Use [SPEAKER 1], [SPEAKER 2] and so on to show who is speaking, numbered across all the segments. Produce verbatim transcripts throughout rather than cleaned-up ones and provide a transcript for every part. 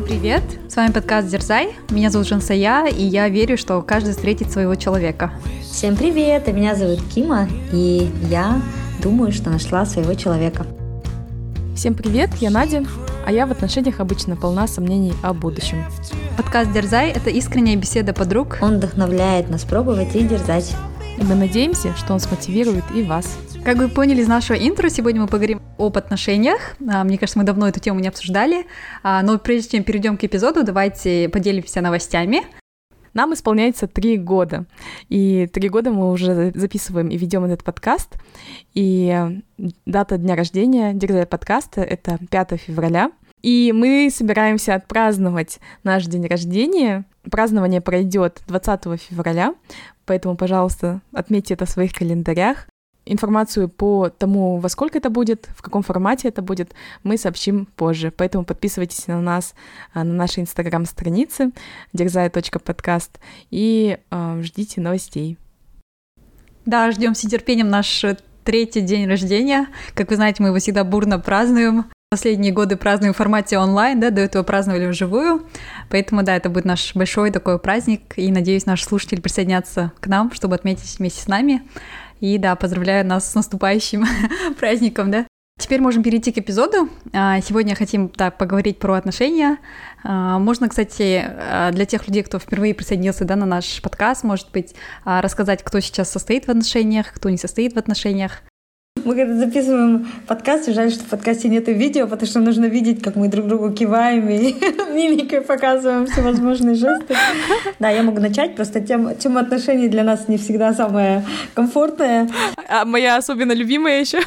[SPEAKER 1] привет! С вами подкаст «Дерзай». Меня зовут Жансая, и я верю, что каждый встретит своего человека.
[SPEAKER 2] Всем привет! Меня зовут Кима, и я думаю, что нашла своего человека.
[SPEAKER 3] Всем привет! Я Надя, а я в отношениях обычно полна сомнений о будущем.
[SPEAKER 1] Подкаст «Дерзай» — это искренняя беседа подруг.
[SPEAKER 2] Он вдохновляет нас пробовать и дерзать.
[SPEAKER 3] И мы надеемся, что он смотивирует и вас.
[SPEAKER 1] Как вы поняли из нашего интро, сегодня мы поговорим об отношениях. Мне кажется, мы давно эту тему не обсуждали. Но прежде чем перейдем к эпизоду, давайте поделимся новостями.
[SPEAKER 3] Нам исполняется три года. И три года мы уже записываем и ведем этот подкаст. И дата дня рождения «Дерзай» подкаста — это пятого февраля. И мы собираемся отпраздновать наш день рождения. Празднование пройдет двадцатого февраля, поэтому, пожалуйста, отметьте это в своих календарях. Информацию по тому, во сколько это будет, в каком формате это будет, мы сообщим позже. Поэтому подписывайтесь на нас, на наши инстаграм-страницы дерзай точка подкаст и э, ждите новостей.
[SPEAKER 1] Да, ждем с нетерпением наш третий день рождения. Как вы знаете, мы его всегда бурно празднуем. Последние годы празднуем в формате онлайн, да, до этого праздновали вживую. Поэтому, да, это будет наш большой такой праздник. И, надеюсь, наши слушатели присоединятся к нам, чтобы отметить вместе с нами. И, да, поздравляю нас с наступающим праздником, да. Теперь можем перейти к эпизоду. Сегодня хотим, да, поговорить про отношения. Можно, кстати, для тех людей, кто впервые присоединился, да, на наш подкаст, может быть, рассказать, кто сейчас состоит в отношениях, кто не состоит в отношениях.
[SPEAKER 2] Мы когда записываем подкаст, жаль, что в подкасте нет видео, потому что нужно видеть, как мы друг другу киваем и мимикой показываем всевозможные жесты. Да, я могу начать, просто тема, тема отношений для нас не всегда самая комфортная.
[SPEAKER 3] А моя особенно любимая еще.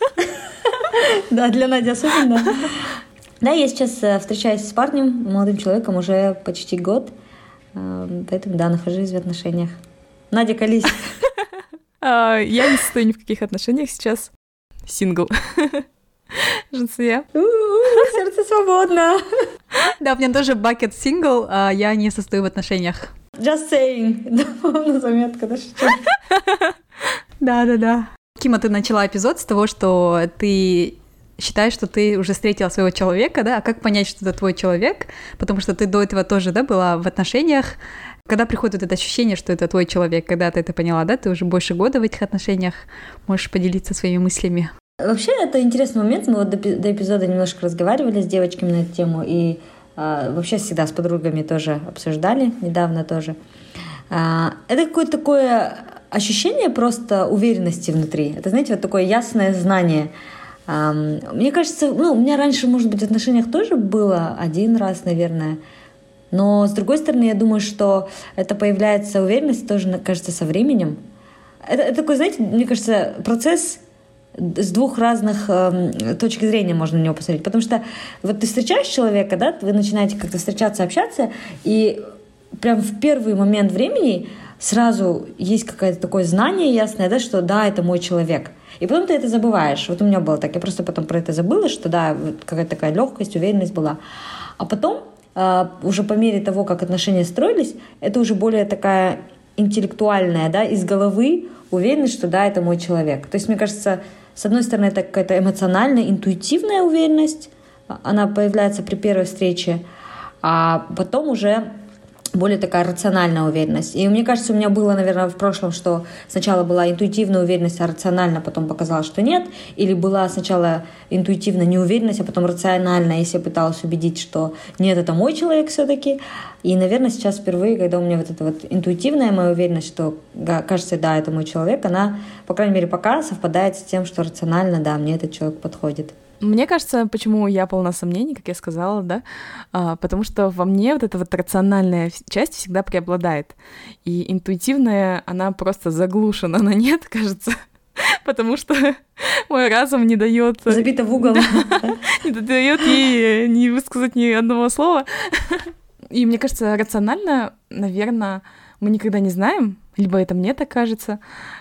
[SPEAKER 2] Да, для Нади особенно. Да, я сейчас встречаюсь с парнем, молодым человеком, уже почти год, поэтому, да, нахожусь в отношениях. Надя, колись.
[SPEAKER 3] Я не состою ни в каких отношениях сейчас. Сингл. Жансая.
[SPEAKER 2] Сердце свободно.
[SPEAKER 1] Да, у меня тоже бакет сингл, а я не состою в отношениях.
[SPEAKER 2] Just saying. Да, заметка, да, шучу.
[SPEAKER 1] Да-да-да. Кима, ты начала эпизод с того, что ты считаешь, что ты уже встретила своего человека, да? А как понять, что это твой человек? Потому что ты до этого тоже, да, была в отношениях. Когда приходит вот это ощущение, что это твой человек, когда ты это поняла, да, ты уже больше года в этих отношениях, можешь поделиться своими мыслями?
[SPEAKER 2] Вообще, это интересный момент. Мы вот до, до эпизода немножко разговаривали с девочками на эту тему, и а, вообще всегда с подругами тоже обсуждали, недавно тоже. А, это какое-то такое ощущение просто уверенности внутри. Это, знаете, вот такое ясное знание. А, мне кажется, ну, у меня раньше, может быть, в отношениях тоже было один раз, наверное. Но, с другой стороны, я думаю, что это появляется уверенность тоже, кажется, со временем. Это, это такой, знаете, мне кажется, процесс с двух разных э, точек зрения можно на него посмотреть. Потому что вот ты встречаешь человека, да, вы начинаете как-то встречаться, общаться, и прям в первый момент времени сразу есть какое-то такое знание ясное, да, что да, это мой человек. И потом ты это забываешь. Вот у меня было так, я просто потом про это забыла, что да, вот какая-то такая легкость, уверенность была. А потом Uh, уже по мере того, как отношения строились, это уже более такая интеллектуальная, да, из головы уверенность, что да, это мой человек. То есть, мне кажется, с одной стороны, это какая-то эмоциональная, интуитивная уверенность, она появляется при первой встрече, а потом уже более такая рациональная уверенность. И мне кажется, у меня было, наверное, в прошлом, что сначала была интуитивная уверенность, а рационально потом показалось, что нет. Или была сначала интуитивная неуверенность, а потом рациональная, если я пыталась убедить, что нет, это мой человек все-таки. И, наверное, сейчас впервые, когда у меня вот эта вот интуитивная моя уверенность, что кажется, да, это мой человек, она, по крайней мере, пока совпадает с тем, что рационально, да, мне этот человек подходит.
[SPEAKER 3] Мне кажется, почему я полна сомнений, как я сказала, да, а, потому что во мне вот эта вот рациональная часть всегда преобладает, и интуитивная, она просто заглушена на нет, кажется, потому что мой разум не дает...
[SPEAKER 2] Забита в угол.
[SPEAKER 3] Не дает ей не высказать ни одного слова. И мне кажется, рационально, наверное, мы никогда не знаем, либо это мне так кажется,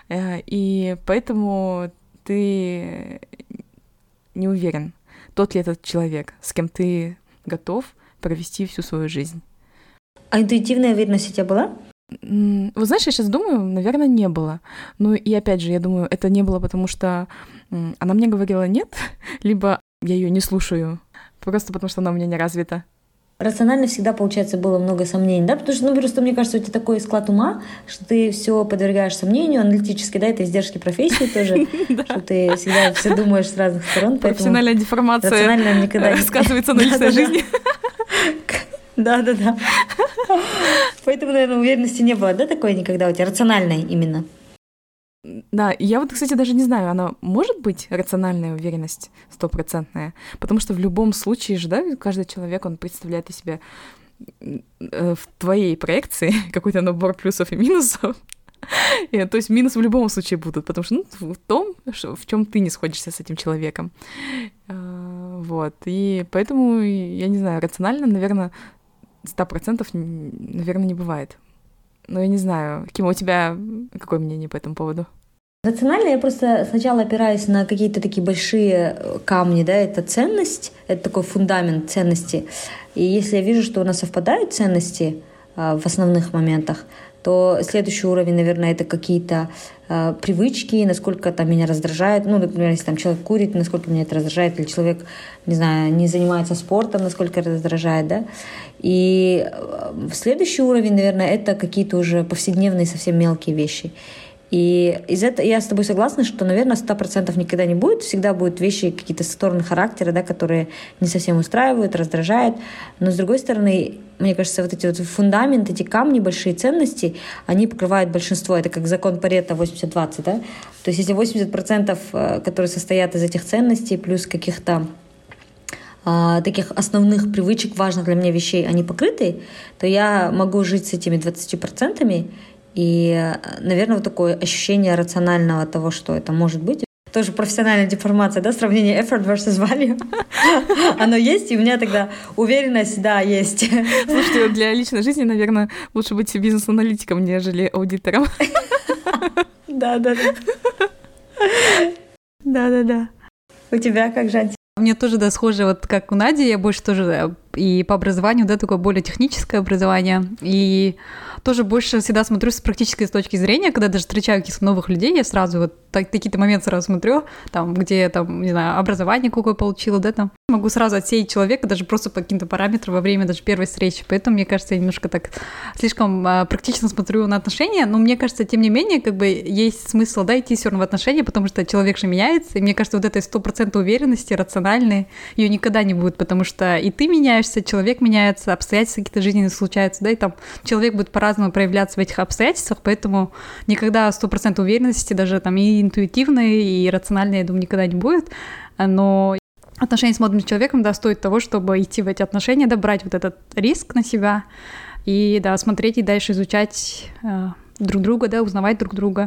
[SPEAKER 3] и поэтому ты... не уверен, тот ли этот человек, с кем ты готов провести всю свою жизнь.
[SPEAKER 2] А интуитивная уверенность у тебя была?
[SPEAKER 3] Вы знаешь, я сейчас думаю, наверное, не было. Ну и опять же, я думаю, это не было, потому что она мне говорила нет, либо я ее не слушаю, просто потому что она у меня не развита.
[SPEAKER 2] рационально всегда, получается, было много сомнений, да, потому что, ну, просто, мне кажется, у тебя такой склад ума, что ты все подвергаешь сомнению аналитически, да, это издержки профессии тоже, что ты всегда все думаешь с разных сторон.
[SPEAKER 3] Профессиональная деформация никогда сказывается на личной жизни.
[SPEAKER 2] Да-да-да. Поэтому, наверное, уверенности не было, да, такой никогда у тебя, рациональной именно?
[SPEAKER 3] Да, я вот, кстати, даже не знаю, она может быть рациональная уверенность стопроцентная, потому что в любом случае же, да, каждый человек, он представляет из себя в твоей проекции какой-то набор плюсов и минусов. И, то есть минусы в любом случае будут, потому что ну, в том, в чем ты не сходишься с этим человеком. Вот, и поэтому, я не знаю, рационально, наверное, сто процентов, наверное, не бывает. Но я не знаю, Ким, у тебя какое мнение по этому поводу?
[SPEAKER 2] Рационально я просто сначала опираюсь на какие-то такие большие камни, да, это ценность, это такой фундамент ценности. И если я вижу, что у нас совпадают ценности а, в основных моментах, то следующий уровень, наверное, это какие-то а, привычки, насколько там меня раздражает. Ну, например, если там человек курит, насколько меня это раздражает, или человек, не знаю, не занимается спортом, насколько это раздражает, да. И следующий уровень, наверное, это какие-то уже повседневные совсем мелкие вещи. И из этого я с тобой согласна, что, наверное, сто процентов никогда не будет. Всегда будут вещи, какие-то стороны характера, да, которые не совсем устраивают, раздражают. Но, с другой стороны, мне кажется, вот эти вот фундаменты, эти камни, большие ценности, они покрывают большинство. Это как закон Парето восемьдесят двадцать, да? То есть если восемьдесят процентов, которые состоят из этих ценностей, плюс каких-то таких основных привычек, важных для меня вещей, они покрыты, то я могу жить с этими двадцатью процентами. И, наверное, вот такое ощущение рационального того, что это может быть. Тоже профессиональная деформация, да, сравнение effort versus value. Оно есть, и у меня тогда уверенность, да, есть.
[SPEAKER 3] Слушайте, для личной жизни, наверное, лучше быть бизнес-аналитиком, нежели аудитором.
[SPEAKER 2] Да-да-да.
[SPEAKER 1] Да-да-да.
[SPEAKER 2] У тебя как, Жань?
[SPEAKER 1] У меня тоже, да, схоже, вот как у Нади, я больше тоже и по образованию, да, такое более техническое образование, и тоже больше всегда смотрю с практической точки зрения, когда даже встречаю каких-то новых людей, я сразу вот так, такие-то моменты сразу смотрю, там, где я там, не знаю, образование какое получила, да, там, могу сразу отсеять человека даже просто по каким-то параметрам во время даже первой встречи, поэтому, мне кажется, я немножко так слишком а, практично смотрю на отношения, но мне кажется, тем не менее, как бы есть смысл, да, идти все равно в отношения, потому что человек же меняется, и мне кажется, вот этой стопроцентной уверенности, рациональной, ее никогда не будет, потому что и ты меняешься, человек меняется, обстоятельства какие-то жизненные случаются, да, и там человек будет по-разному проявляться в этих обстоятельствах, поэтому никогда сто процентов уверенности, даже там и интуитивной, и рациональной, я думаю, никогда не будет, но отношения с молодым человеком, да, стоит того, чтобы идти в эти отношения, да, брать вот этот риск на себя и, да, смотреть и дальше изучать э, друг друга, да, узнавать друг друга,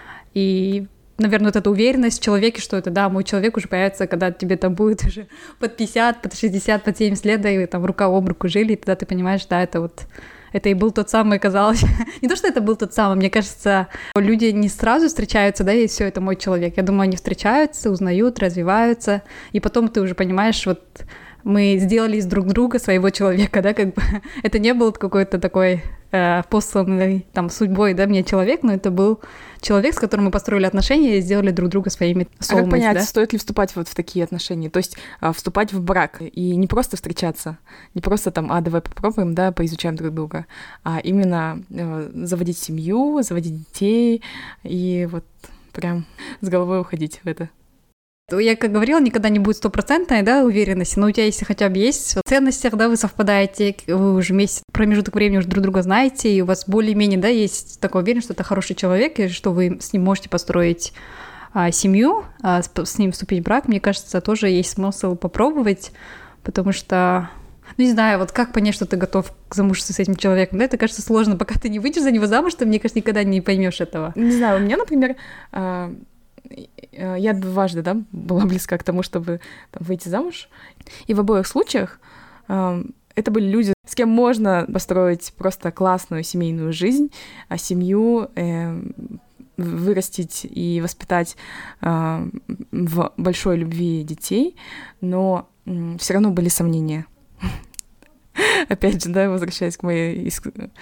[SPEAKER 1] и наверное, вот эта уверенность в человеке, что это, да, мой человек уже появится, когда тебе там будет уже под пятьдесят, под шестьдесят, под семьдесят лет, да, и там рука об руку жили, и тогда ты понимаешь, да, это вот, это и был тот самый, казалось, не то, что это был тот самый, мне кажется, люди не сразу встречаются, да, и все, это мой человек, я думаю, они встречаются, узнают, развиваются, и потом ты уже понимаешь, вот, мы сделали из друг друга своего человека, да, как бы, это не был какой-то такой э, посланный там судьбой, да, мне человек, но это был человек, с которым мы построили отношения и сделали друг друга своими soulmates,
[SPEAKER 3] а как понять,
[SPEAKER 1] да?
[SPEAKER 3] Стоит ли вступать вот в такие отношения, то есть а, вступать в брак и не просто встречаться, не просто там, а, давай попробуем, да, поизучаем друг друга, а именно э, заводить семью, заводить детей и вот прям с головой уходить в это.
[SPEAKER 1] Я, как говорила, никогда не будет стопроцентной, да, уверенности, но у тебя, если хотя бы есть в ценностях, да, вы совпадаете, вы уже вместе промежуток времени уже друг друга знаете, и у вас более-менее, да, есть такая уверенность, что это хороший человек, и что вы с ним можете построить а, семью, а, с, с ним вступить в брак, мне кажется, тоже есть смысл попробовать, потому что, ну, не знаю, вот как понять, что ты готов к замужеству с этим человеком, да, это кажется сложно, пока ты не выйдешь за него замуж, ты, мне кажется, никогда не поймешь этого.
[SPEAKER 3] Не знаю, у меня, например, я дважды, да, была близка к тому, чтобы там, выйти замуж. И в обоих случаях э, это были люди, с кем можно построить просто классную семейную жизнь, а семью э, вырастить и воспитать э, в большой любви детей, но э, все равно были сомнения. Опять же, да, возвращаясь к моей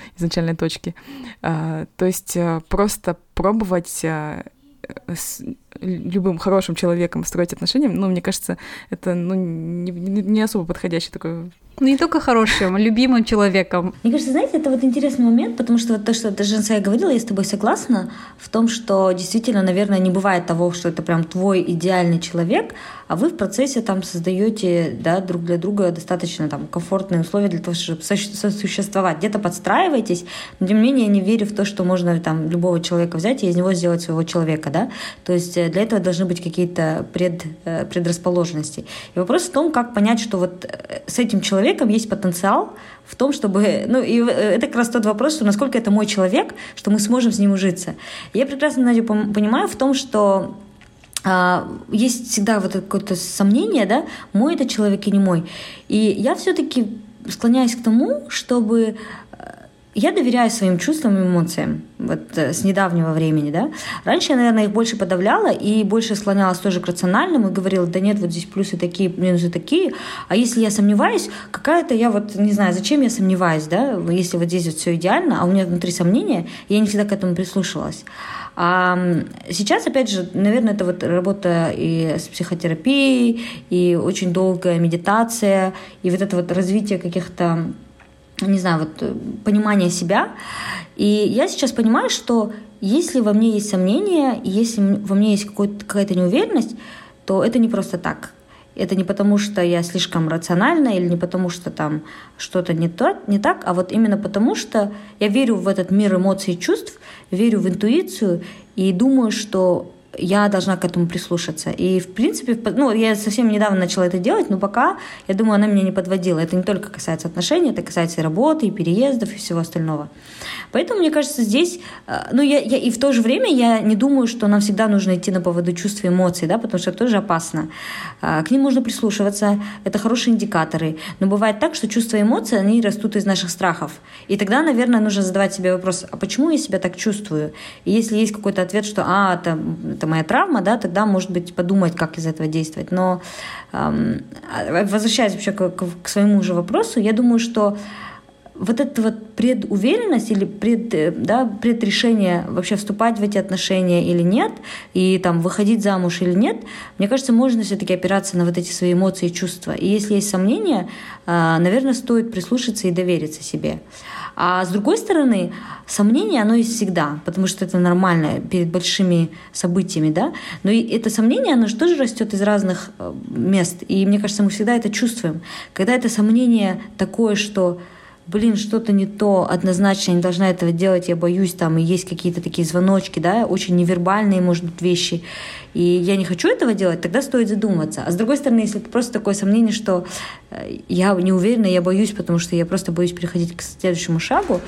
[SPEAKER 3] изначальной точке. Э, то есть э, просто пробовать... Э, любым хорошим человеком строить отношения, ну, мне кажется, это ну, не, не особо подходящий такой...
[SPEAKER 1] Ну, не только хорошим, любимым человеком.
[SPEAKER 2] Мне кажется, знаете, это вот интересный момент, потому что вот то, что ты, Женса, я говорила, я с тобой согласна в том, что действительно, наверное, не бывает того, что это прям твой идеальный человек, а вы в процессе там создаете, да, друг для друга достаточно там комфортные условия для того, чтобы сосуществовать. Где-то подстраиваетесь, но тем не менее я не верю в то, что можно там любого человека взять и из него сделать своего человека, да. То есть для этого должны быть какие-то пред, предрасположенности. И вопрос в том, как понять, что вот с этим человеком есть потенциал в том, чтобы... Ну, и это как раз тот вопрос, что насколько это мой человек, что мы сможем с ним ужиться. Я прекрасно, Надя, понимаю в том, что а, есть всегда вот какое-то сомнение, да, мой это человек и не мой. И я все-таки склоняюсь к тому, чтобы... Я доверяю своим чувствам и эмоциям вот, с недавнего времени. Да? Раньше я, наверное, их больше подавляла и больше склонялась тоже к рациональному и говорила, да нет, вот здесь плюсы такие, минусы такие. А если я сомневаюсь, какая-то я вот, не знаю, зачем я сомневаюсь, да? Если вот здесь вот все идеально, а у меня внутри сомнения, я не всегда к этому прислушивалась. А сейчас, опять же, наверное, это вот работа и с психотерапией, и очень долгая медитация, и вот это вот развитие каких-то, не знаю, вот понимание себя. И я сейчас понимаю, что если во мне есть сомнения, если во мне есть какая-то неуверенность, то это не просто так. Это не потому, что я слишком рациональна или не потому, что там что-то не, то, не так, а вот именно потому, что я верю в этот мир эмоций и чувств, верю в интуицию и думаю, что я должна к этому прислушаться. И, в принципе, ну, я совсем недавно начала это делать, но пока, я думаю, она меня не подводила. Это не только касается отношений, это касается и работы, и переездов, и всего остального. Поэтому, мне кажется, здесь... Ну, я, я, и в то же время я не думаю, что нам всегда нужно идти на поводу чувств и эмоций, да, потому что это тоже опасно. К ним можно прислушиваться, это хорошие индикаторы. Но бывает так, что чувства и эмоции, они растут из наших страхов. И тогда, наверное, нужно задавать себе вопрос, а почему я себя так чувствую? И если есть какой-то ответ, что «а, это... это моя травма», да, тогда, может быть, подумать, как из этого действовать. Но эм, возвращаясь вообще к, к, к своему же вопросу, я думаю, что вот эта вот предуверенность или пред, да, предрешение вообще вступать в эти отношения или нет, и там выходить замуж или нет, мне кажется, можно все-таки опираться на вот эти свои эмоции и чувства. И если есть сомнения, э, наверное, стоит прислушаться и довериться себе. А с другой стороны, сомнение, оно есть всегда, потому что это нормально перед большими событиями, да. Но и это сомнение, оно же тоже растет из разных мест. И мне кажется, мы всегда это чувствуем. Когда это сомнение такое, что блин, что-то не то, однозначно я не должна этого делать, я боюсь, там, и есть какие-то такие звоночки, да, очень невербальные, может быть, вещи, и я не хочу этого делать, тогда стоит задуматься. А с другой стороны, если это просто такое сомнение, что я не уверена, я боюсь, потому что я просто боюсь переходить к следующему шагу,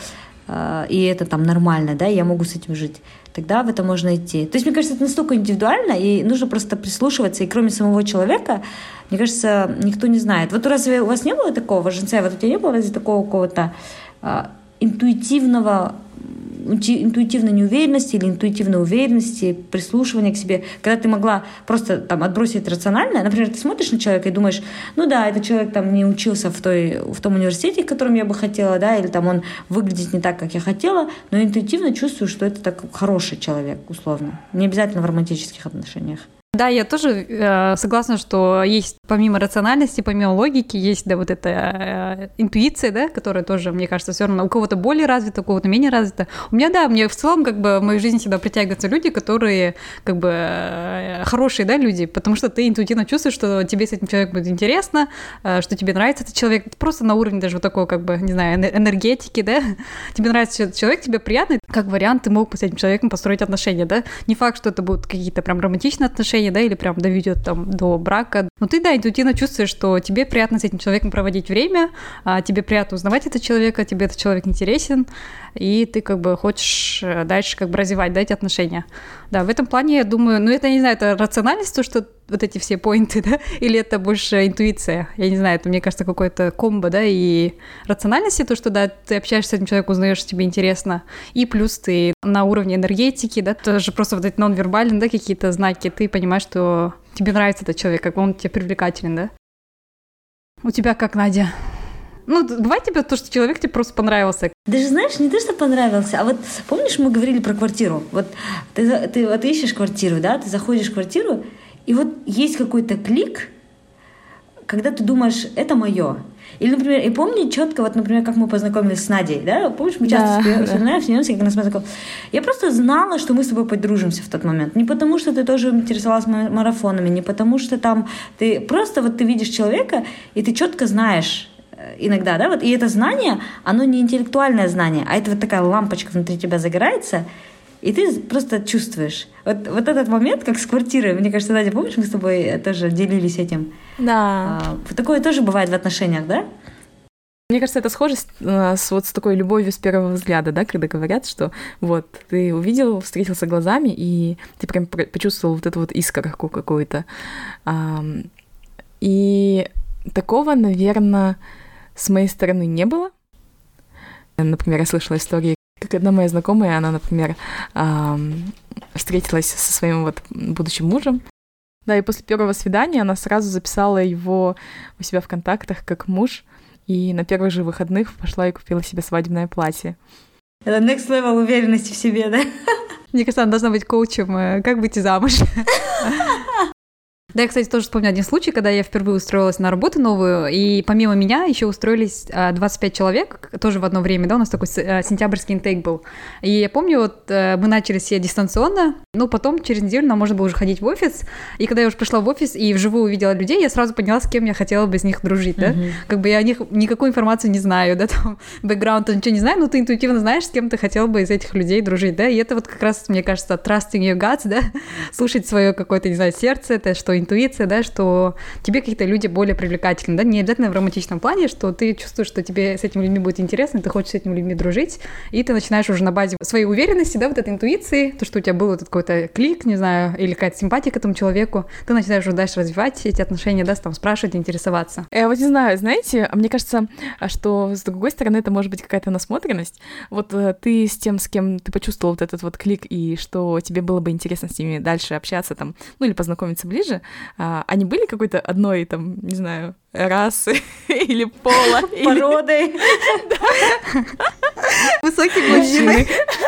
[SPEAKER 2] и это там нормально, да, я могу с этим жить, тогда в это можно идти. То есть, мне кажется, это настолько индивидуально, и нужно просто прислушиваться, и кроме самого человека, мне кажется, никто не знает. Вот разве у вас не было такого, Женса, вот у тебя не было разве такого какого-то а, интуитивного, интуитивной неуверенности или интуитивной уверенности, прислушивания к себе, когда ты могла просто там отбросить рационально, например, ты смотришь на человека и думаешь, ну да, этот человек там не учился в, той, в том университете, в котором я бы хотела, да, или там он выглядит не так, как я хотела, но интуитивно чувствую, что это так хороший человек, условно. Не обязательно в романтических отношениях.
[SPEAKER 1] Да, я тоже э, согласна, что есть помимо рациональности, помимо логики, есть, да, вот эта э, интуиция, да, которая тоже, мне кажется, все равно у кого-то более развита, у кого-то менее развита. У меня, да, мне в целом, как бы, в моей жизни всегда притягиваются люди, которые, как бы, э, хорошие, да, люди, потому что ты интуитивно чувствуешь, что тебе с этим человеком будет интересно, э, что тебе нравится этот человек, просто на уровне даже вот такой, как бы, не знаю, энергетики, да, тебе нравится этот человек, тебе приятно, как вариант, ты мог бы с этим человеком построить отношения, да, не факт, что это будут какие-то прям романтичные отношения, да, или прям доведет там до брака. Но ты, да, интуитивно чувствуешь, что тебе приятно с этим человеком проводить время, а тебе приятно узнавать этого человека, тебе этот человек интересен, и ты как бы хочешь дальше как бы развивать, да, эти отношения. Да, в этом плане, я думаю, ну это, не знаю, это рациональность, то, что вот эти все поинты, да, или это больше интуиция, я не знаю, это, мне кажется, какое-то комбо, да, и рациональности, то, что, да, ты общаешься с этим человеком, узнаешь, тебе интересно, и плюс ты на уровне энергетики, да, тоже просто вот эти нон-вербальные, да, какие-то знаки, ты понимаешь, что тебе нравится этот человек, как он тебе привлекателен, да. У тебя как, Надя? Ну, бывает тебе то, что человек тебе просто понравился.
[SPEAKER 2] Даже знаешь, не то, что понравился, а вот помнишь, мы говорили про квартиру? Вот ты, ты вот ищешь квартиру, да, ты заходишь в квартиру, и вот есть какой-то клик, когда ты думаешь, это мое. Или, например, и помни четко, вот, например, как мы познакомились с Надей, да? Помнишь, мы часто да, вспоминаем, да. смеемся, как нас познакомились. Я просто знала, что мы с тобой подружимся в тот момент. Не потому, что ты тоже интересовалась марафонами, не потому, что там ты просто вот ты видишь человека, и ты четко знаешь иногда, да, вот, и это знание, оно не интеллектуальное знание, а это вот такая лампочка внутри тебя загорается, и ты просто чувствуешь. Вот, вот этот момент, как с квартирой, мне кажется, Надя, помнишь, мы с тобой тоже делились этим?
[SPEAKER 3] Да.
[SPEAKER 2] А, такое тоже бывает в отношениях, да?
[SPEAKER 3] Мне кажется, это схоже с, с, вот с такой любовью с первого взгляда, да, когда говорят, что вот ты увидел, встретился глазами, и ты прям почувствовал вот эту вот искорку какую-то. И такого, наверное, с моей стороны не было. Например, я слышала истории, как одна моя знакомая, она, например, встретилась со своим вот будущим мужем. Да, и после первого свидания она сразу записала его у себя в контактах как муж, и на первых же выходных пошла и купила себе свадебное платье.
[SPEAKER 2] Это next level уверенности в себе, да?
[SPEAKER 1] Мне кажется, она должна быть коучем, как выйти замуж. Да, я, кстати, тоже вспомнила один случай, когда я впервые устроилась на работу новую, и помимо меня еще устроились двадцать пять человек, тоже в одно время, да, у нас такой сентябрьский интейк был. И я помню, вот мы начали все дистанционно, но потом через неделю нам можно было уже ходить в офис, и когда я уже пришла в офис и вживую увидела людей, я сразу поняла, с кем я хотела бы из них дружить, да. Uh-huh. Как бы я о них никакую информацию не знаю, да, там, бэкграунд, ничего не знаю, но ты интуитивно знаешь, с кем ты хотела бы из этих людей дружить, да, и это вот как раз, мне кажется, trusting your guts, да, слушать свое какое-то, не знаю, сердце, это что интуиция, да, что тебе какие-то люди более привлекательны, да, не обязательно в романтичном плане, что ты чувствуешь, что тебе с этими людьми будет интересно, ты хочешь с этими людьми дружить, и ты начинаешь уже на базе своей уверенности, да, вот этой интуиции, то, что у тебя был вот какой-то клик, не знаю, или какая-то симпатия к этому человеку, ты начинаешь уже дальше развивать эти отношения, да, там спрашивать, интересоваться.
[SPEAKER 3] Я вот не знаю, знаете, мне кажется, что с другой стороны это может быть какая-то насмотренность. Вот ты с тем, с кем ты почувствовал вот этот вот клик, и что тебе было бы интересно с ними дальше общаться там, ну или познакомиться ближе, они были какой-то одной, там, не знаю, расы или пола?
[SPEAKER 2] Породы.
[SPEAKER 1] Высокие мужчины.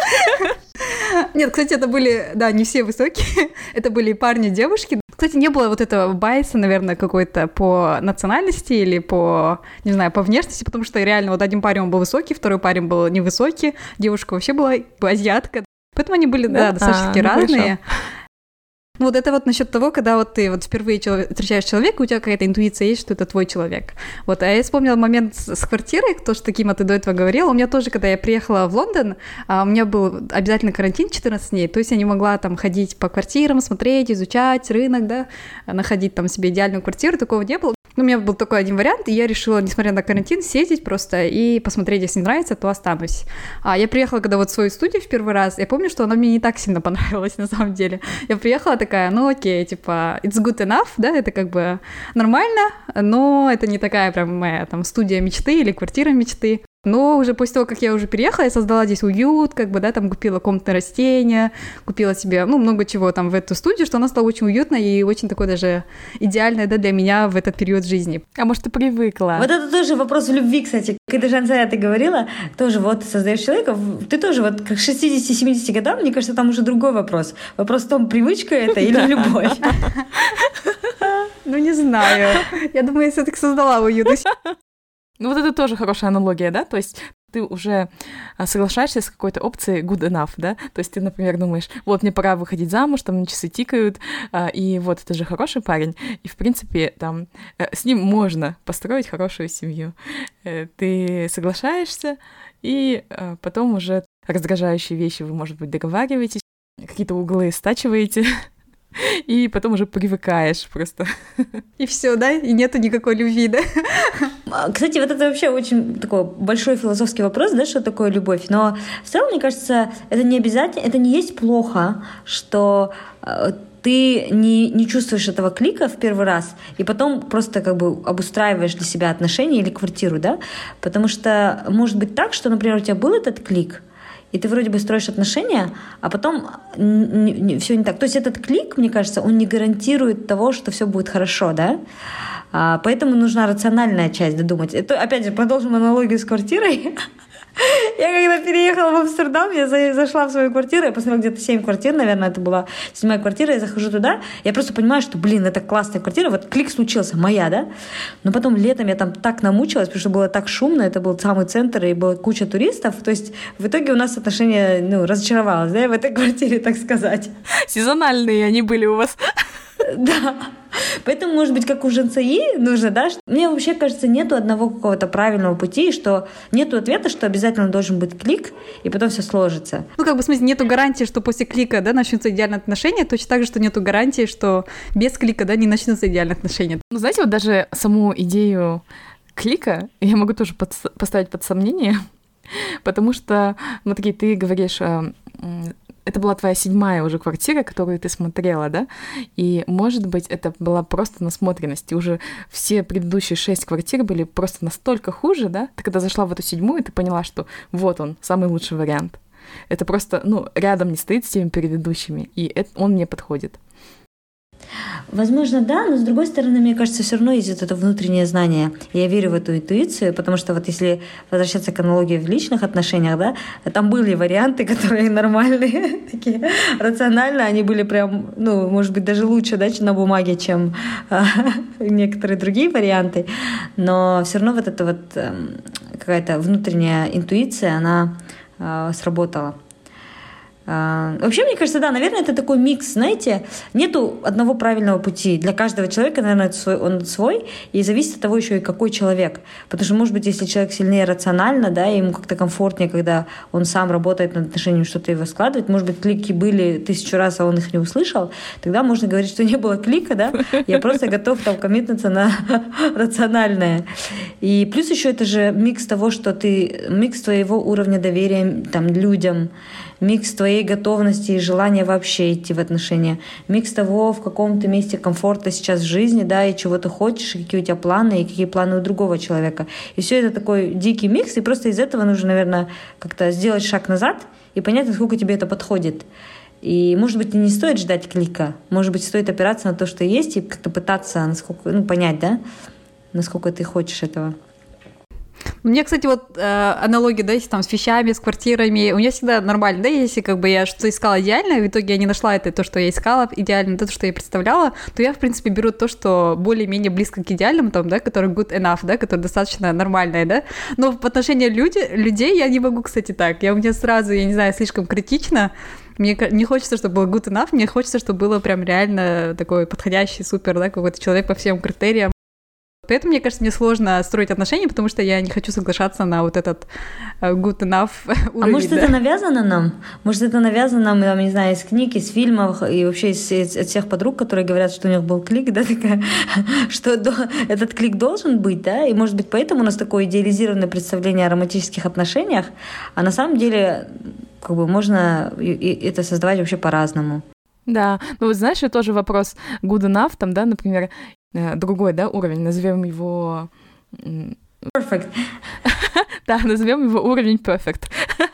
[SPEAKER 1] Нет, кстати, это были, да, не все высокие, это были парни и девушки. Кстати, не было вот этого байса, наверное, какой-то по национальности или по, не знаю, по внешности, потому что реально вот один парень он был высокий, второй парень был невысокий, девушка вообще была азиатка. Поэтому они были, да, достаточно таки разные. Ну, вот это вот насчет того, когда вот ты вот впервые человек, встречаешь человека, у тебя какая-то интуиция есть, что это твой человек. Вот, а я вспомнила момент с, с квартирой, то, что Кима, ты до этого говорила. У меня тоже, когда я приехала в Лондон, а, у меня был обязательно карантин четырнадцать дней, то есть я не могла там ходить по квартирам, смотреть, изучать рынок, да, находить там себе идеальную квартиру, такого не было. Ну, у меня был такой один вариант, и я решила, несмотря на карантин, съездить просто и посмотреть, если не нравится, то останусь. А я приехала, когда вот в свою студию в первый раз, я помню, что она мне не так сильно понравилась, на самом деле. Я приехала такая, ну окей, типа, it's good enough, да, это как бы нормально, но это не такая прям моя там студия мечты или квартира мечты. Но уже после того, как я уже переехала, я создала здесь уют, как бы, да, там купила комнатные растения, купила себе, ну, много чего там в эту студию, что она стала очень уютной и очень такой даже идеальной, да, для меня в этот период жизни.
[SPEAKER 3] А может, ты привыкла?
[SPEAKER 2] Вот это тоже вопрос в любви, кстати. Когда Жансая ты говорила, тоже вот ты создаешь человека, ты тоже вот к шестидесяти-семидесяти годам, мне кажется, там уже другой вопрос. Вопрос в том, привычка это или любовь.
[SPEAKER 1] Ну, не знаю. Я думаю, я все-таки создала уютность.
[SPEAKER 3] Ну, вот это тоже хорошая аналогия, да? То есть ты уже соглашаешься с какой-то опцией good enough, да? То есть ты, например, думаешь, вот, мне пора выходить замуж, там часы тикают, и вот, это же хороший парень, и, в принципе, там, с ним можно построить хорошую семью. Ты соглашаешься, и потом уже раздражающие вещи вы, может быть, договариваетесь, какие-то углы стачиваете, и потом уже привыкаешь просто.
[SPEAKER 1] И все, да? И нету никакой любви, да?
[SPEAKER 2] Кстати, вот это вообще очень такой большой философский вопрос, да, что такое любовь. Но в целом, мне кажется, это не обязательно, это не есть плохо, что ты не, не чувствуешь этого клика в первый раз, и потом просто как бы обустраиваешь для себя отношения или квартиру, да? Потому что может быть так, что, например, у тебя был этот клик, и ты вроде бы строишь отношения, а потом не, не, все не так. То есть этот клик, мне кажется, он не гарантирует того, что все будет хорошо, да? А, поэтому нужна рациональная часть додумать. Это, опять же, продолжим аналогию с квартирой. Я когда переехала в Амстердам, я зашла в свою квартиру, я посмотрела где-то семь квартир, наверное, это была седьмая квартира, я захожу туда, я просто понимаю, что, блин, это классная квартира, вот клик случился, моя, да? Но потом летом я там так намучилась, потому что было так шумно, это был самый центр, и была куча туристов, то есть в итоге у нас отношения, ну, разочаровалось, да, в этой квартире, так сказать.
[SPEAKER 3] Сезональные они были у вас.
[SPEAKER 2] Да. Поэтому, может быть, как у Женцаи нужно, да, что... Мне вообще кажется, нету одного какого-то правильного пути, что нету ответа, что обязательно должен быть клик, и потом все сложится.
[SPEAKER 1] Ну, как бы, в смысле, нету гарантии, что после клика, да, начнутся идеальные отношения, точно так же, что нету гарантии, что без клика, да, не начнутся идеальные отношения.
[SPEAKER 3] Ну, знаете, вот даже саму идею клика я могу тоже под... поставить под сомнение, потому что, ну, такие, ты говоришь... Это была твоя седьмая уже квартира, которую ты смотрела, да? И, может быть, это была просто насмотренность. И уже все предыдущие шесть квартир были просто настолько хуже, да? Ты когда зашла в эту седьмую, ты поняла, что вот он, самый лучший вариант. Это просто, ну, рядом не стоит с теми предыдущими, и это, он мне подходит.
[SPEAKER 2] Возможно, да, но с другой стороны, мне кажется, все равно есть вот это внутреннее знание. Я верю в эту интуицию, потому что вот если возвращаться к аналогии в личных отношениях, да, там были варианты, которые нормальные, такие рациональные, они были прям, ну, может быть, даже лучше, да, на бумаге, чем а, некоторые другие варианты, но все равно вот эта вот а, какая-то внутренняя интуиция, она а, сработала. Вообще, мне кажется, да, наверное, это такой микс, знаете, нету одного правильного пути. Для каждого человека, наверное, это свой, он свой, и зависит от того еще и какой человек. Потому что, может быть, если человек сильнее рационально, да, ему как-то комфортнее, когда он сам работает над отношением, что-то его складывает, может быть, клики были тысячу раз, а он их не услышал, тогда можно говорить, что не было клика, да, я просто готов там коммитнуться на рациональное. И плюс еще это же микс того, что ты, микс твоего уровня доверия там людям, микс твоей готовности и желания вообще идти в отношения, микс того, в каком ты месте комфорта сейчас в жизни, да, и чего ты хочешь, и какие у тебя планы, и какие планы у другого человека. И все это такой дикий микс, и просто из этого нужно, наверное, как-то сделать шаг назад и понять, насколько тебе это подходит. И, может быть, не стоит ждать клика, может быть, стоит опираться на то, что есть, и как-то пытаться, насколько, ну, понять, да, насколько ты хочешь этого.
[SPEAKER 1] Мне, кстати, вот э, аналогия, да, если там с вещами, с квартирами, у меня всегда нормально, да, если как бы я что-то искала идеально, в итоге я не нашла это, то, что я искала идеально, то, что я представляла, то я, в принципе, беру то, что более-менее близко к идеальному, там, да, который good enough, да, который достаточно нормальное, да, но в отношении люди, людей я не могу, кстати, так, я у меня сразу, я не знаю, слишком критично. Мне не хочется, чтобы было good enough, мне хочется, чтобы было прям реально такой подходящий, супер, да, какой-то человек по всем критериям. Поэтому, мне кажется, мне сложно строить отношения, потому что я не хочу соглашаться на вот этот good enough уровень.
[SPEAKER 2] А может,
[SPEAKER 1] да?
[SPEAKER 2] это навязано нам? Может, это навязано нам, я не знаю, из книг, из фильмов и вообще из, из, из всех подруг, которые говорят, что у них был клик, да, такая, что до, этот клик должен быть, да, и, может быть, поэтому у нас такое идеализированное представление о романтических отношениях, а на самом деле, как бы, можно это создавать вообще по-разному.
[SPEAKER 3] Да, ну вот знаешь, тоже вопрос good enough, там, да, например, другой, да, уровень, назовем его...
[SPEAKER 2] Perfect.
[SPEAKER 3] Да, назовем его уровень perfect.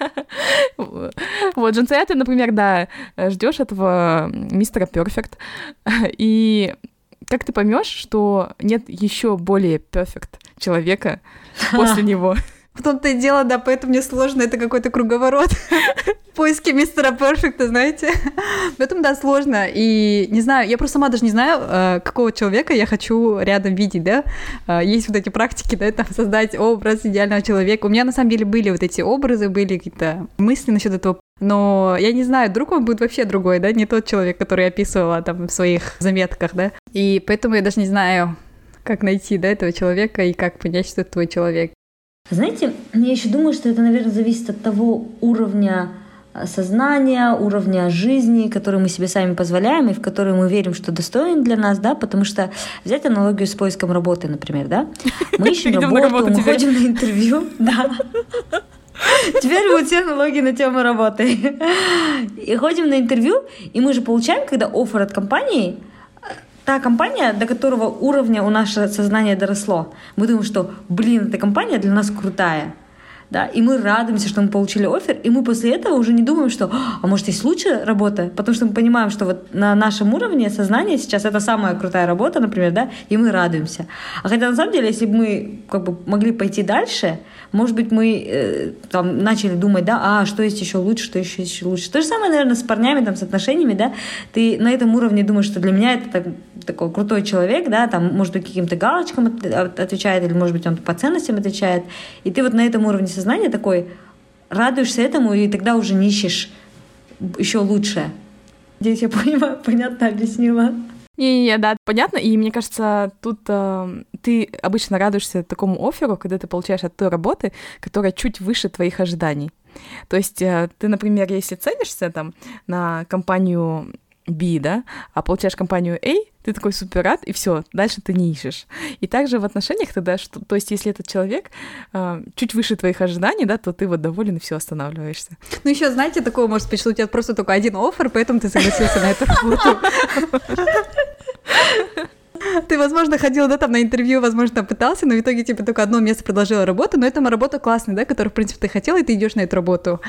[SPEAKER 3] Вот, Женцая, ты, например, да, ждешь этого мистера perfect, и как ты поймешь, что нет еще более perfect человека после него?
[SPEAKER 1] В том-то и дело, да, поэтому мне сложно, это какой-то круговорот поиски мистера Перфекта, знаете. Поэтому, да, сложно. И не знаю, я просто сама даже не знаю, какого человека я хочу рядом видеть, да. Есть вот эти практики, да, там создать образ идеального человека. У меня на самом деле были вот эти образы, были какие-то мысли насчет этого. Но я не знаю, вдруг он будет вообще другой, да, не тот человек, который я описывала там в своих заметках, да. И поэтому я даже не знаю, как найти, да, этого человека и как понять, что это твой человек.
[SPEAKER 2] Знаете, я еще думаю, что это, наверное, зависит от того уровня сознания, уровня жизни, который мы себе сами позволяем и в который мы верим, что достоин для нас, да, потому что взять аналогию с поиском работы, например, да, мы ищем работу, мы ходим на интервью, да. Теперь будут все аналогии на тему работы. И ходим на интервью, и мы же получаем, когда оффер от компании, та компания, до которого уровня у нашего сознания доросло. Мы думаем, что, блин, эта компания для нас крутая. да, и мы радуемся, что мы получили оффер, и мы после этого уже не думаем, что, а может, есть лучшая работа, потому что мы понимаем, что вот на нашем уровне сознания сейчас это самая крутая работа, например, да, и мы радуемся. А хотя на самом деле, если бы мы как бы могли пойти дальше, может быть, мы э, там начали думать, да, а что есть еще лучше, что еще еще лучше. То же самое, наверное, с парнями, там, с отношениями, да, ты на этом уровне думаешь, что для меня это так, такой крутой человек, да, там, может быть, каким-то галочкам отвечает, или, может быть, он по ценностям отвечает, и ты вот на этом уровне сознания такой радуешься этому, и тогда уже не ищешь еще лучше. Здесь я понимаю, понятно объяснила.
[SPEAKER 3] Не-не-не, да, понятно, и мне кажется, тут э, ты обычно радуешься такому офферу, когда ты получаешь от той работы, которая чуть выше твоих ожиданий. То есть э, ты, например, если ценишься там на компанию B, да, а получаешь компанию A, ты такой супер рад, и все, дальше ты не ищешь. И также в отношениях тогда, что, то есть если этот человек э, чуть выше твоих ожиданий, да, то ты вот доволен и все, останавливаешься.
[SPEAKER 1] Ну еще, знаете, такого может быть, что у тебя просто только один оффер, поэтому ты согласился на эту работу. Ты, возможно, ходил, да, там на интервью, возможно, пытался, но в итоге тебе только одно место предложило работу, но это работа классная, да, которую, в принципе, ты хотела, и ты идешь на эту работу.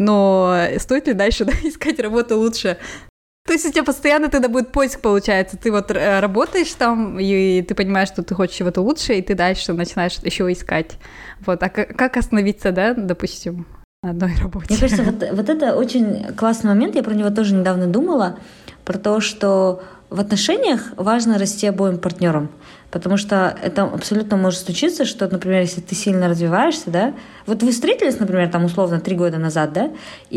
[SPEAKER 1] Но стоит ли дальше, да, искать работу лучше? То есть у тебя постоянно тогда будет поиск, получается. Ты вот работаешь там, и ты понимаешь, что ты хочешь чего-то лучше, и ты дальше начинаешь еще искать. Вот, а как остановиться, да, допустим, на одной работе?
[SPEAKER 2] Мне кажется, вот, вот это очень классный момент, я про него тоже недавно думала, про то, что в отношениях важно расти обоим партнерам, потому что это абсолютно может случиться, что, например, если ты сильно развиваешься, да, вот вы встретились, например, там условно три года назад, да,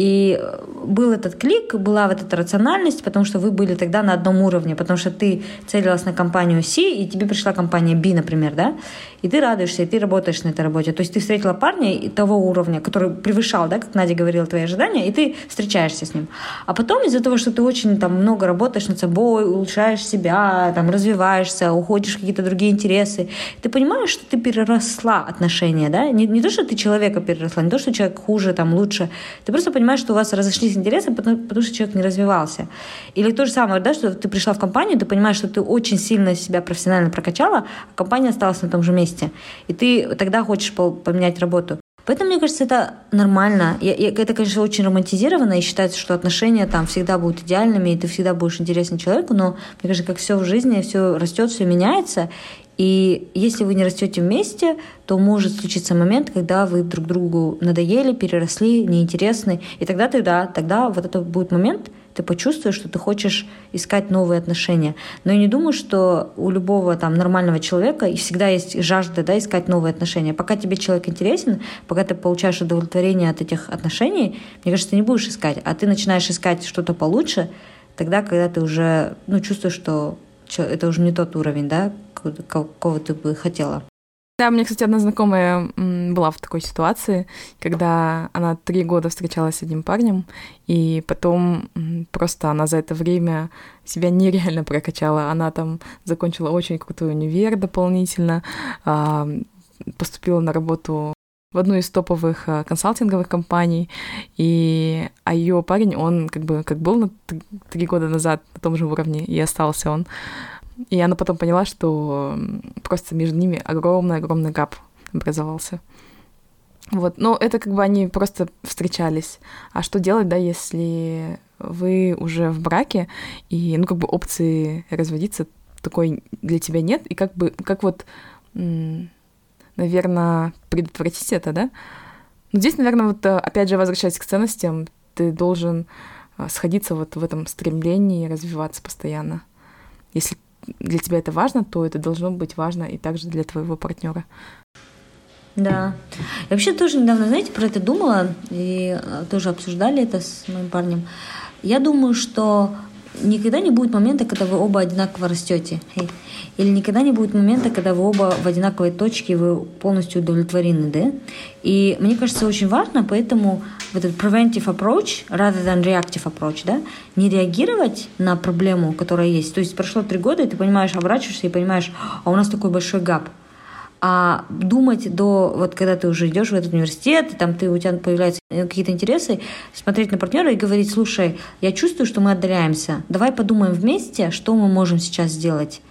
[SPEAKER 2] и был этот клик, была вот эта рациональность, потому что вы были тогда на одном уровне, потому что ты целилась на компанию C, и тебе пришла компания B, например, да, и ты радуешься, и ты работаешь на этой работе. То есть ты встретила парня того уровня, который превышал, да, как Надя говорила, твои ожидания, и ты встречаешься с ним. А потом из-за того, что ты очень там много работаешь над собой, улучшаешь себя, там развиваешься, уходишь в какие-то другие интересы, ты понимаешь, что ты переросла отношения, да, не, не то, что ты человека переросла, не то, что человек хуже, там, лучше, ты просто понимаешь, что у вас разошлись интересы, потому, потому что человек не развивался. Или то же самое, да, что ты пришла в компанию, ты понимаешь, что ты очень сильно себя профессионально прокачала, а компания осталась на том же месте, и ты тогда хочешь поменять работу. Поэтому, мне кажется, это нормально. Я, я, это, конечно, очень романтизировано, и считается, что отношения там всегда будут идеальными, и ты всегда будешь интересен человеку, но, мне кажется, как все в жизни, все растет, все меняется. И если вы не растете вместе, то может случиться момент, когда вы друг другу надоели, переросли, неинтересны. И тогда ты, да, тогда вот это будет момент, ты почувствуешь, что ты хочешь искать новые отношения. Но я не думаю, что у любого там нормального человека всегда есть жажда, да, искать новые отношения. Пока тебе человек интересен, пока ты получаешь удовлетворение от этих отношений, мне кажется, ты не будешь искать. А ты начинаешь искать что-то получше тогда, когда ты уже, ну, чувствуешь, что это уже не тот уровень, да, какого ты бы хотела.
[SPEAKER 3] Да, у меня, кстати, одна знакомая была в такой ситуации, когда она три года встречалась с одним парнем, и потом просто она за это время себя нереально прокачала. Она там закончила очень крутой универ дополнительно, поступила на работу в одну из топовых консалтинговых компаний, и, а ее парень, он как бы как был на три года назад на том же уровне, и остался он. И она потом поняла, что просто между ними огромный-огромный гап образовался. Вот, но это как бы они просто встречались. А что делать, да, если вы уже в браке, и, ну, как бы опции разводиться такой для тебя нет, и как бы, как вот, наверное, предотвратить это, да? Но здесь, наверное, вот опять же, возвращаясь к ценностям, ты должен сходиться вот в этом стремлении развиваться постоянно. Если для тебя это важно, то это должно быть важно и также для твоего партнера.
[SPEAKER 2] Да. Я вообще тоже недавно, знаете, про это думала, и тоже обсуждали это с моим парнем. Я думаю, что никогда не будет момента, когда вы оба одинаково растете. Или никогда не будет момента, когда вы оба в одинаковой точке, и вы полностью удовлетворены, да? И мне кажется, очень важно, поэтому вот этот preventive approach, rather than reactive approach, да, не реагировать на проблему, которая есть. То есть прошло три года, и ты понимаешь, оборачиваешься и понимаешь, а у нас такой большой гап. А думать до, вот когда ты уже идешь в этот университет, и там ты, у тебя появляются какие-то интересы, смотреть на партнера и говорить: слушай, я чувствую, что мы отдаляемся, давай подумаем вместе, что мы можем сейчас сделать.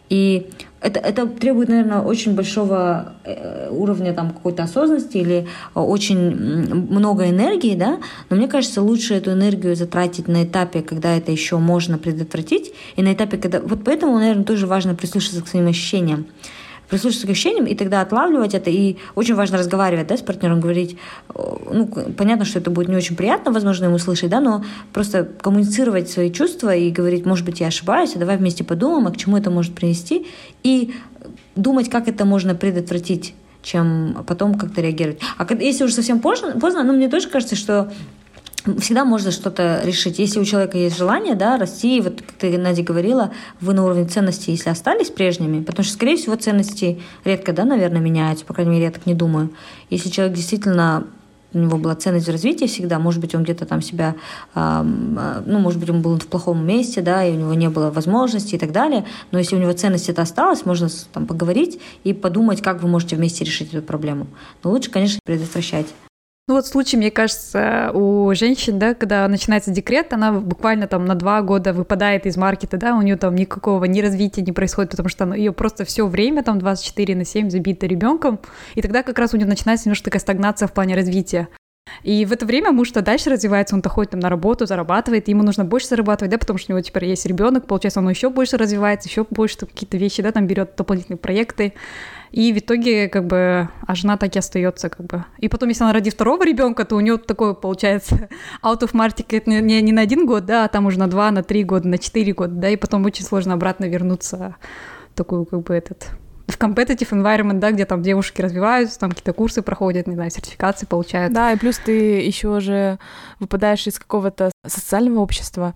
[SPEAKER 2] И это, это требует, наверное, очень большого уровня там, какой-то осознанности или очень много энергии, да, но мне кажется, лучше эту энергию затратить на этапе, когда это еще можно предотвратить, и на этапе, когда... Вот поэтому, наверное, тоже важно прислушаться к своим ощущениям. Прислушаться к ощущениям и тогда отлавливать это. И очень важно разговаривать, да, с партнером, говорить. Ну, понятно, что это будет не очень приятно, возможно, ему слышать, да, но просто коммуницировать свои чувства и говорить, может быть, я ошибаюсь, а давай вместе подумаем, а к чему это может привести. И думать, как это можно предотвратить, чем потом как-то реагировать. А если уже совсем поздно, поздно, ну, мне тоже кажется, что всегда можно что-то решить. Если у человека есть желание, да, расти, вот как ты, Надя, говорила, вы на уровне ценностей, если остались прежними, потому что, скорее всего, ценности редко, да, наверное, меняются, по крайней мере, я так не думаю. Если человек действительно, у него была ценность в развитии всегда, может быть, он где-то там себя, э, ну, может быть, он был в плохом месте, да, и у него не было возможности и так далее, но если у него ценность это осталась, можно там поговорить и подумать, как вы можете вместе решить эту проблему. Но лучше, конечно, предотвращать.
[SPEAKER 1] Ну вот случай, мне кажется, у женщин, да, когда начинается декрет, она буквально там на два года выпадает из маркета, да, у нее там никакого ни развития не происходит, потому что ее просто все время там двадцать четыре на семь забито ребенком, и тогда как раз у нее начинается немножко такая стагнация в плане развития. И в это время муж-то дальше развивается, он-то ходит там на работу, зарабатывает, ему нужно больше зарабатывать, да, потому что у него теперь есть ребенок, получается, он еще больше развивается, еще больше какие-то вещи, да, там берет дополнительные проекты. И в итоге, как бы, а жена так и остается, как бы. И потом, если она родит второго ребенка, то у нее такое получается out of market не, не, не на один год, да, а там уже на два, на три года, на четыре года, да, и потом очень сложно обратно вернуться в такую, как бы, этот... в competitive environment, да, где там девушки развиваются, там какие-то курсы проходят, не знаю, сертификации получают.
[SPEAKER 3] Да, и плюс ты еще же выпадаешь из какого-то социального общества,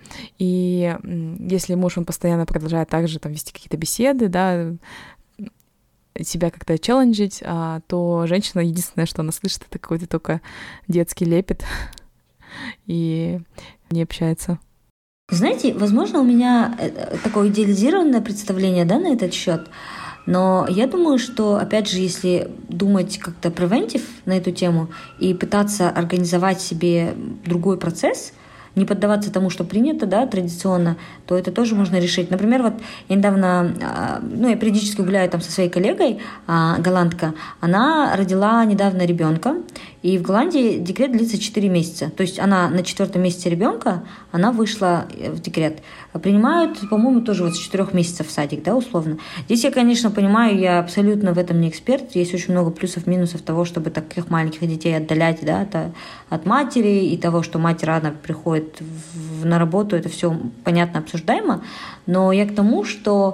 [SPEAKER 3] и если муж, он постоянно продолжает также там вести какие-то беседы, да, себя как-то челленджить, а, то женщина, единственное, что она слышит, это какой-то только детский лепет и не общается.
[SPEAKER 2] Знаете, возможно, у меня такое идеализированное представление, да, на этот счет. Но я думаю, что, опять же, если думать как-то preventive на эту тему и пытаться организовать себе другой процесс, не поддаваться тому, что принято, да, традиционно, то это тоже можно решить. Например, вот я недавно, ну, я периодически гуляю там со своей коллегой, голландка, она родила недавно ребенка, и в Голландии декрет длится четыре месяца. То есть она на четвертом месяце ребенка, она вышла в декрет. Принимают, по-моему, тоже вот с четырех месяцев в садик, да, условно. Здесь я, конечно, понимаю, я абсолютно в этом не эксперт. Есть очень много плюсов-минусов того, чтобы таких маленьких детей отдалять, да, от, от матери, и того, что мать рано приходит в, на работу, это все понятно, обсуждаемо. Но я к тому, что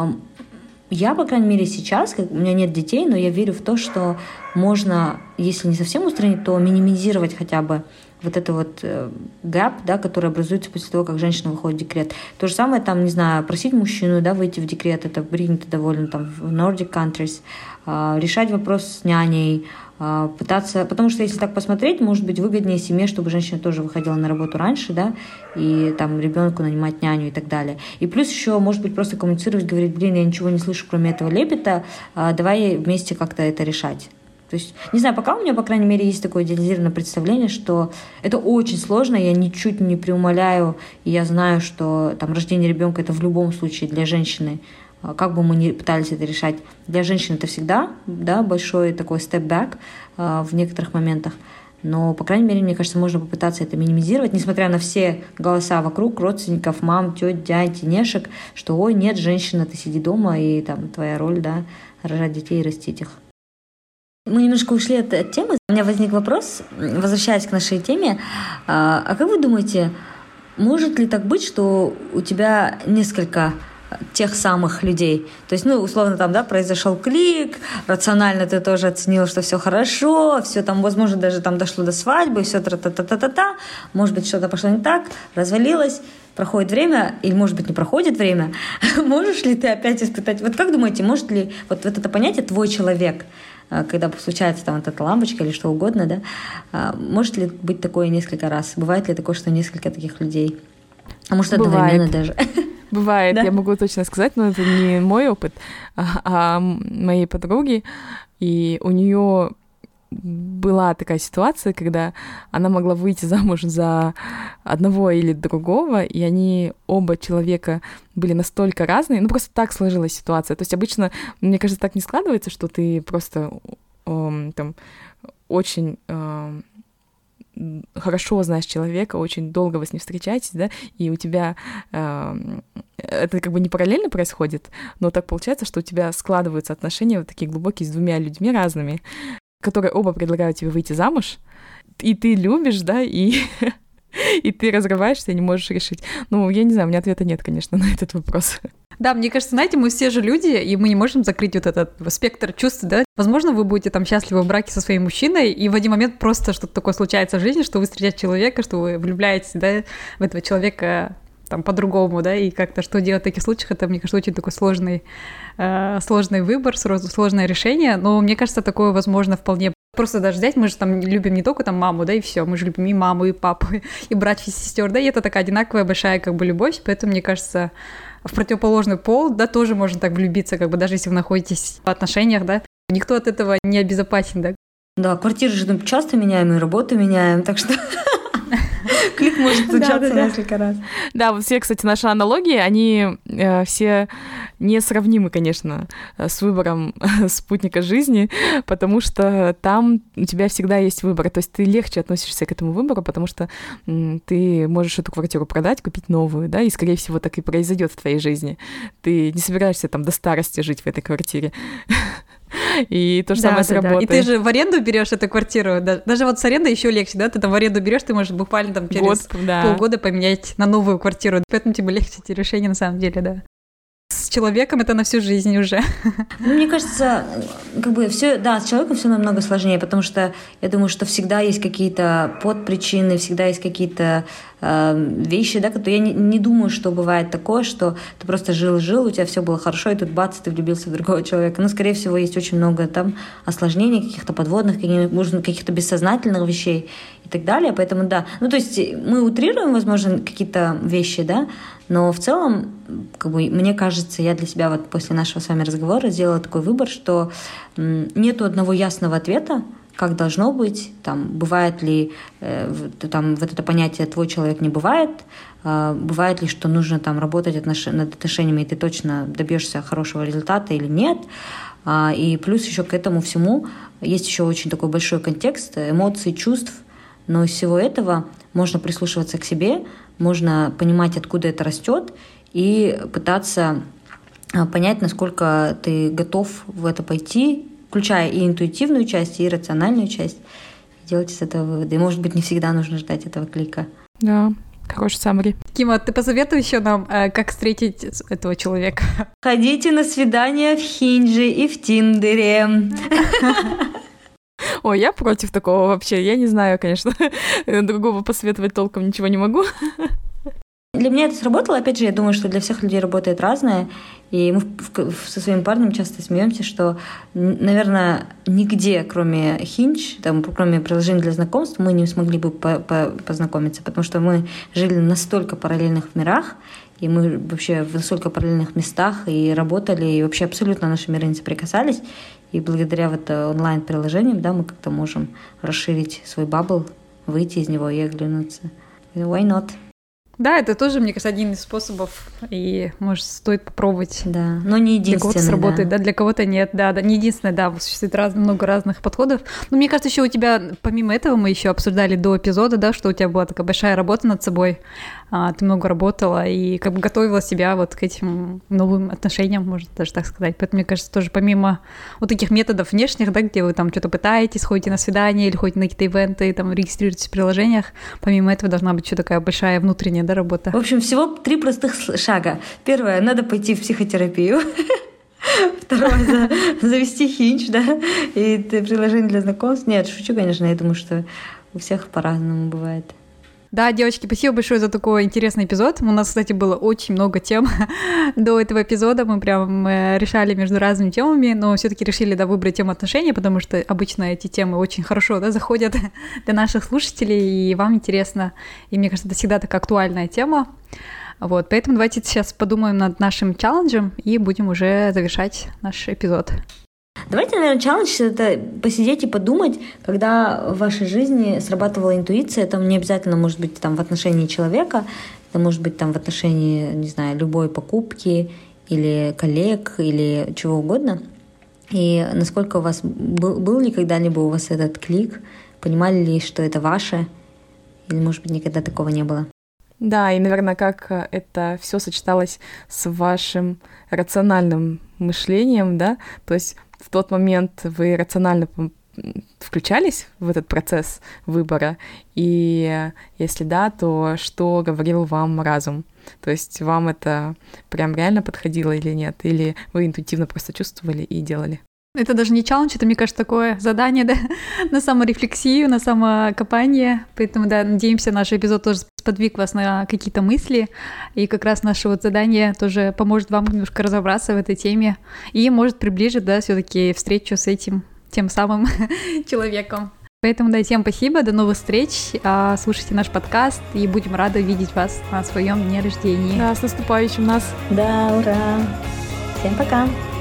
[SPEAKER 2] я, по крайней мере, сейчас, как, у меня нет детей, но я верю в то, что можно, если не совсем устранить, то минимизировать хотя бы вот это вот гэп, да, который образуется после того, как женщина выходит в декрет. То же самое, там, не знаю, просить мужчину, да, выйти в декрет, это принято довольно там в Nordic countries, решать вопрос с няней, пытаться, потому что если так посмотреть, может быть выгоднее семье, чтобы женщина тоже выходила на работу раньше, да, и там ребенку нанимать няню и так далее. И плюс еще, может быть, просто коммуницировать, говорить, блин, я ничего не слышу, кроме этого лепета, давай вместе как-то это решать. То есть, не знаю, пока у меня, по крайней мере, есть такое идеализированное представление, что это очень сложно, я ничуть не преумоляю, и я знаю, что там рождение ребенка это в любом случае для женщины, как бы мы ни пытались это решать, для женщин это всегда, да, большой такой step back э, в некоторых моментах. Но, по крайней мере, мне кажется, можно попытаться это минимизировать, несмотря на все голоса вокруг, родственников, мам, тёть, дядь, тенешек, что, ой, нет, женщина, ты сиди дома, и там твоя роль, да, рожать детей и растить их. Мы немножко ушли от, от темы. У меня возник вопрос, возвращаясь к нашей теме. А, а как вы думаете, может ли так быть, что у тебя несколько тех самых людей? То есть, ну, условно, там, да, произошел клик, рационально ты тоже оценила, что все хорошо, все там, возможно, даже там дошло до свадьбы, все та-та-та-та-та-та, может быть, что-то пошло не так, развалилось, проходит время, или, может быть, не проходит время, можешь ли ты опять испытать... Вот как думаете, может ли вот, вот это понятие «твой человек», когда случается там вот эта лампочка или что угодно, да, может ли быть такое несколько раз? Бывает ли такое, что несколько таких людей? А может, одновременно даже?
[SPEAKER 3] Бывает, да? Я могу точно сказать, но это не мой опыт, а, а моей подруги, и у нее была такая ситуация, когда она могла выйти замуж за одного или другого, и они оба человека были настолько разные, ну просто так сложилась ситуация. То есть обычно, мне кажется, так не складывается, что ты просто э, там очень э, хорошо знаешь человека, очень долго вы с ним встречаетесь, да, и у тебя э, это как бы не параллельно происходит, но так получается, что у тебя складываются отношения вот такие глубокие с двумя людьми разными, которые оба предлагают тебе выйти замуж, и ты любишь, да, и, и ты разрываешься и не можешь решить. Ну, я не знаю, у меня ответа нет, конечно, на этот вопрос.
[SPEAKER 1] Да, мне кажется, знаете, мы все же люди, и мы не можем закрыть вот этот спектр чувств, да. Возможно, вы будете там счастливы в браке со своим мужчиной, и в один момент просто что-то такое случается в жизни, что вы встречаете человека, что вы влюбляетесь, да, в этого человека там по-другому, да, и как-то что делать в таких случаях, это, мне кажется, очень такой сложный, э, сложный выбор, сложное решение, но мне кажется, такое возможно вполне. Просто даже взять, мы же там любим не только там маму, да, и все, мы же любим и маму, и папу, и братьев, и сестер, да, и это такая одинаковая большая как бы любовь, поэтому, мне кажется, в противоположный пол, да, тоже можно так влюбиться, как бы даже если вы находитесь в отношениях, да, никто от этого не обезопасен, да.
[SPEAKER 2] Да, квартиры же часто меняем, и работу меняем, так что клик может случаться несколько раз.
[SPEAKER 3] Да, вот все, кстати, наши аналогии, они э, все несравнимы, конечно, с выбором спутника жизни, потому что там у тебя всегда есть выбор, то есть ты легче относишься к этому выбору, потому что м, ты можешь эту квартиру продать, купить новую, да, и, скорее всего, так и произойдет в твоей жизни. Ты не собираешься там до старости жить в этой квартире. И то же да, самое да, с работой.
[SPEAKER 1] Да. И ты же в аренду берешь эту квартиру. Даже вот с арендой еще легче, да? Ты там в аренду берешь, ты можешь буквально там через Год, да. полгода поменять на новую квартиру. Поэтому тебе легче эти решения на самом деле, да. С человеком это на всю жизнь уже.
[SPEAKER 2] Ну, мне кажется, как бы все, да, с человеком все намного сложнее, потому что я думаю, что всегда есть какие-то подпричины, всегда есть какие-то э, вещи, да, которые я не, не думаю, что бывает такое, что ты просто жил-жил, у тебя все было хорошо, и тут бац, ты влюбился в другого человека. Но, скорее всего, есть очень много там осложнений, каких-то подводных, может, каких-то бессознательных вещей и так далее. Поэтому да, ну то есть мы утрируем, возможно, какие-то вещи, да, но в целом, как бы, мне кажется, я для себя вот после нашего с вами разговора сделала такой выбор, что нету одного ясного ответа, как должно быть, там, бывает ли э, там, вот это понятие «твой человек» не бывает, э, бывает ли, что нужно там работать отнош... над отношениями, и ты точно добьешься хорошего результата или нет. А, и плюс еще к этому всему есть еще очень такой большой контекст эмоций, чувств, но из всего этого можно прислушиваться к себе, можно понимать, откуда это растет, и пытаться понять, насколько ты готов в это пойти, включая и интуитивную часть, и рациональную часть, и делать из этого выводы. И, может быть, не всегда нужно ждать этого клика.
[SPEAKER 3] Да, хороший саммари.
[SPEAKER 1] Кима, ты посоветуй еще нам, как встретить этого человека?
[SPEAKER 2] Ходите на свидания в Хиндже и в Тиндере.
[SPEAKER 3] Ой, я против такого вообще. Я не знаю, конечно, другого посоветовать толком ничего не могу.
[SPEAKER 2] Для меня это сработало. Опять же, я думаю, что для всех людей работает разное. И мы со своим парнем часто смеемся, что, наверное, нигде, кроме Hinge, там, кроме приложений для знакомств, мы не смогли бы познакомиться, потому что мы жили в настолько параллельных мирах, и мы вообще в настолько параллельных местах и работали, и вообще абсолютно наши миры не соприкасались. И благодаря вот онлайн-приложениям, да, мы как-то можем расширить свой бабл, выйти из него и оглянуться. Why not?
[SPEAKER 1] Да, это тоже, мне кажется, один из способов, и, может, стоит попробовать.
[SPEAKER 2] Да, но не единственный.
[SPEAKER 1] Для кого-то сработает, да, да для кого-то нет, да, да, не единственное, да, существует раз, много разных подходов. Но мне кажется, еще у тебя, помимо этого, мы еще обсуждали до эпизода, да, что у тебя была такая большая работа над собой, а, ты много работала и как бы готовила себя вот к этим новым отношениям, можно даже так сказать. Поэтому, мне кажется, тоже помимо вот таких методов внешних, да, где вы там что-то пытаетесь, ходите на свидание или ходите на какие-то ивенты, там регистрируетесь в приложениях, помимо этого должна быть еще такая большая внутренняя, да, работа.
[SPEAKER 2] В общем, всего три простых шага. Первое, надо пойти в психотерапию. Второе, завести Hinge, да, и приложение для знакомств. Нет, шучу, конечно, я думаю, что у всех по-разному бывает.
[SPEAKER 1] Да, девочки, спасибо большое за такой интересный эпизод. У нас, кстати, было очень много тем до этого эпизода. Мы прям решали между разными темами, но все-таки решили, да, выбрать тему отношений, потому что обычно эти темы очень хорошо, да, заходят для наших слушателей, и вам интересно. И мне кажется, это всегда такая актуальная тема. Вот, поэтому давайте сейчас подумаем над нашим челленджем и будем уже завершать наш эпизод.
[SPEAKER 2] Давайте, наверное, челлендж — это посидеть и подумать, когда в вашей жизни срабатывала интуиция. Это не обязательно может быть там в отношении человека, это может быть там в отношении, не знаю, любой покупки или коллег, или чего угодно. И насколько у вас был, был ли когда-либо у вас этот клик, понимали ли, что это ваше, или, может быть, никогда такого не было?
[SPEAKER 3] Да, и, наверное, как это все сочеталось с вашим рациональным мышлением, да, то есть в тот момент вы рационально включались в этот процесс выбора, и если да, то что говорил вам разум? То есть вам это прям реально подходило или нет? Или вы интуитивно просто чувствовали и делали?
[SPEAKER 1] Это даже не челлендж, это, мне кажется, такое задание, да, на саморефлексию, на самокопание. Поэтому, да, надеемся, наш эпизод тоже сподвиг вас на какие-то мысли. И как раз наше вот задание тоже поможет вам немножко разобраться в этой теме и может приближить, да, все-таки встречу с этим тем самым человеком. Поэтому, да, всем спасибо, до новых встреч, слушайте наш подкаст, и будем рады видеть вас на своем дне рождения.
[SPEAKER 3] Да, с наступающим нас.
[SPEAKER 2] Да, ура! Всем пока!